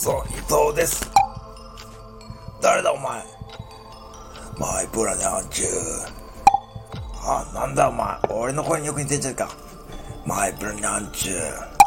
ソン伊藤です。誰だお前。マイプラネアンチュー。なんだお前、俺の声によく似てんじゃんか。マイプラネアンチュー。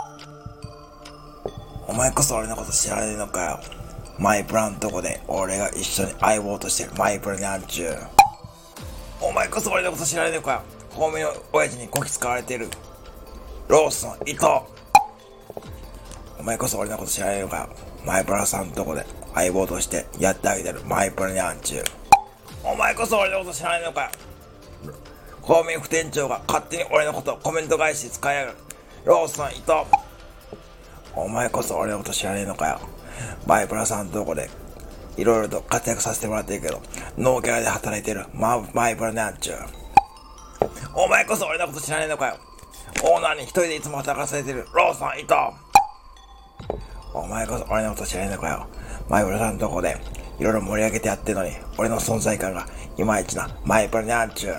お前こそ俺のこと知らねえのかよ。マイプラのとこで俺が一緒に相棒としてるマイプラネアンチュー。お前こそ俺のこと知らねえのかよ。コンビニの親父にこき使われてるローソン伊藤。お前こそ俺のこと知らねえのかよ。マイプラさんのとこで相棒としてやってあげてるマイプラネアンチュー。お前こそ俺のこと知らねえのかよ。公民副店長が勝手に俺のことコメント返し使いやがるローソン伊藤。お前こそ俺のこと知らねえのかよ。マイプラさんのとこでいろいろと活躍させてもらってるけどノーキャラで働いてるマイプラネアンチュー。お前こそ俺のこと知らねえのかよ。オーナーに一人でいつも働かされてるローソン伊藤。お前こそ俺のこと知らねえのかよ。マイプラさんのとこでいろいろ盛り上げてやってるのに俺の存在感がいまいちなマイプラネアンチュー。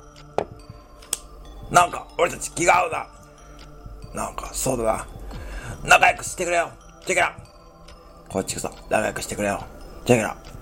なんか俺たち気が合うな。なんかそうだな。仲良くしてくれよ。チェケラ。こっちこそ仲良くしてくれよ。チェケラ。